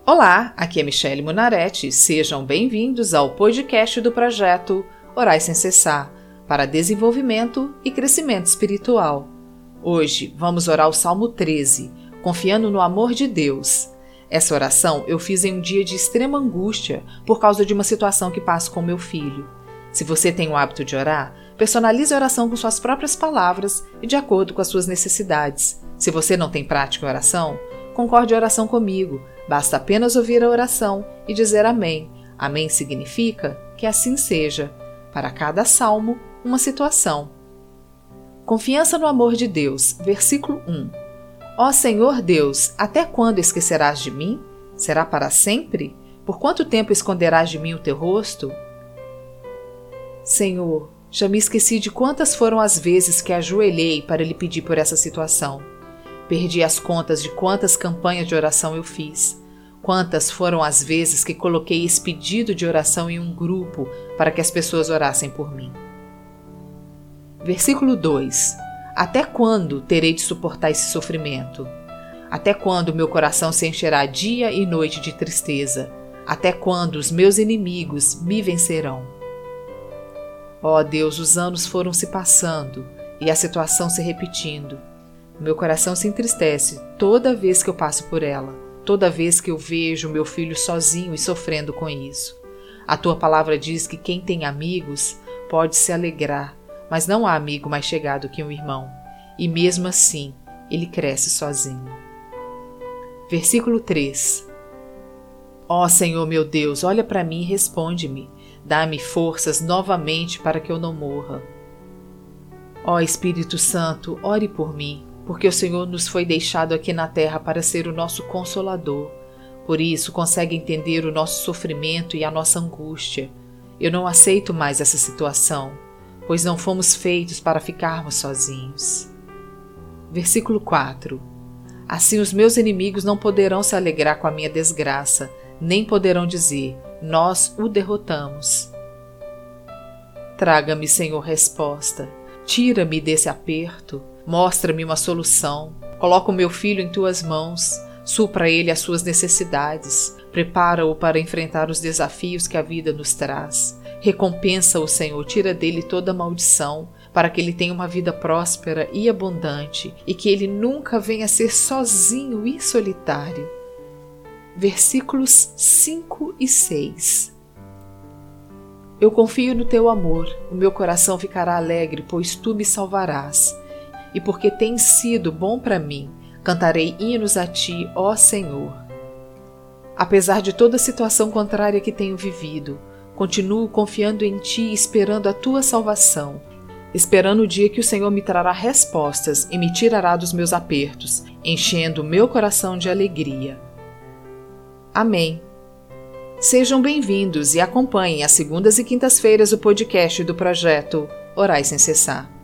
Olá, aqui é Michele Munarete. Sejam bem-vindos ao podcast do projeto Orai Sem Cessar, para desenvolvimento e crescimento espiritual. Hoje vamos orar o Salmo 13, confiando no amor de Deus. Essa oração eu fiz em um dia de extrema angústia por causa de uma situação que passo com meu filho. Se você tem o hábito de orar, personalize a oração com suas próprias palavras e de acordo com as suas necessidades. Se você não tem prática em oração, concorde a oração comigo. Basta apenas ouvir a oração e dizer amém. Amém significa que assim seja. Para cada salmo, uma situação. Confiança no amor de Deus, versículo 1. Ó Senhor Deus, até quando esquecerás de mim? Será para sempre? Por quanto tempo esconderás de mim o teu rosto? Senhor, já me esqueci de quantas foram as vezes que ajoelhei para lhe pedir por essa situação. Perdi as contas de quantas campanhas de oração eu fiz. Quantas foram as vezes que coloquei esse pedido de oração em um grupo para que as pessoas orassem por mim. Versículo 2. Até quando terei de suportar esse sofrimento? Até quando meu coração se encherá dia e noite de tristeza? Até quando os meus inimigos me vencerão? Ó Deus, os anos foram se passando e a situação se repetindo. Meu coração se entristece toda vez que eu passo por ela, toda vez que eu vejo meu filho sozinho e sofrendo com isso. A tua palavra diz que quem tem amigos pode se alegrar, mas não há amigo mais chegado que um irmão, e mesmo assim ele cresce sozinho. Versículo 3. Ó Senhor meu Deus, olha para mim e responde-me, dá-me forças novamente para que eu não morra. Ó Espírito Santo, ore por mim, porque o Senhor nos foi deixado aqui na terra para ser o nosso Consolador. Por isso, consegue entender o nosso sofrimento e a nossa angústia. Eu não aceito mais essa situação, pois não fomos feitos para ficarmos sozinhos. Versículo 4. Assim os meus inimigos não poderão se alegrar com a minha desgraça, nem poderão dizer, nós o derrotamos. Traga-me, Senhor, resposta. Tira-me desse aperto. Mostra-me uma solução. Coloca o meu filho em tuas mãos. Supra ele as suas necessidades. Prepara-o para enfrentar os desafios que a vida nos traz. Recompensa-o, Senhor. Tira dele toda maldição, para que ele tenha uma vida próspera e abundante e que ele nunca venha a ser sozinho e solitário. Versículos 5 e 6. Eu confio no teu amor. O meu coração ficará alegre, pois tu me salvarás. E porque tens sido bom para mim, cantarei hinos a ti, ó Senhor. Apesar de toda a situação contrária que tenho vivido, continuo confiando em ti e esperando a tua salvação, esperando o dia que o Senhor me trará respostas e me tirará dos meus apertos, enchendo o meu coração de alegria. Amém. Sejam bem-vindos e acompanhem às segundas e quintas-feiras o podcast do projeto Orai Sem Cessar.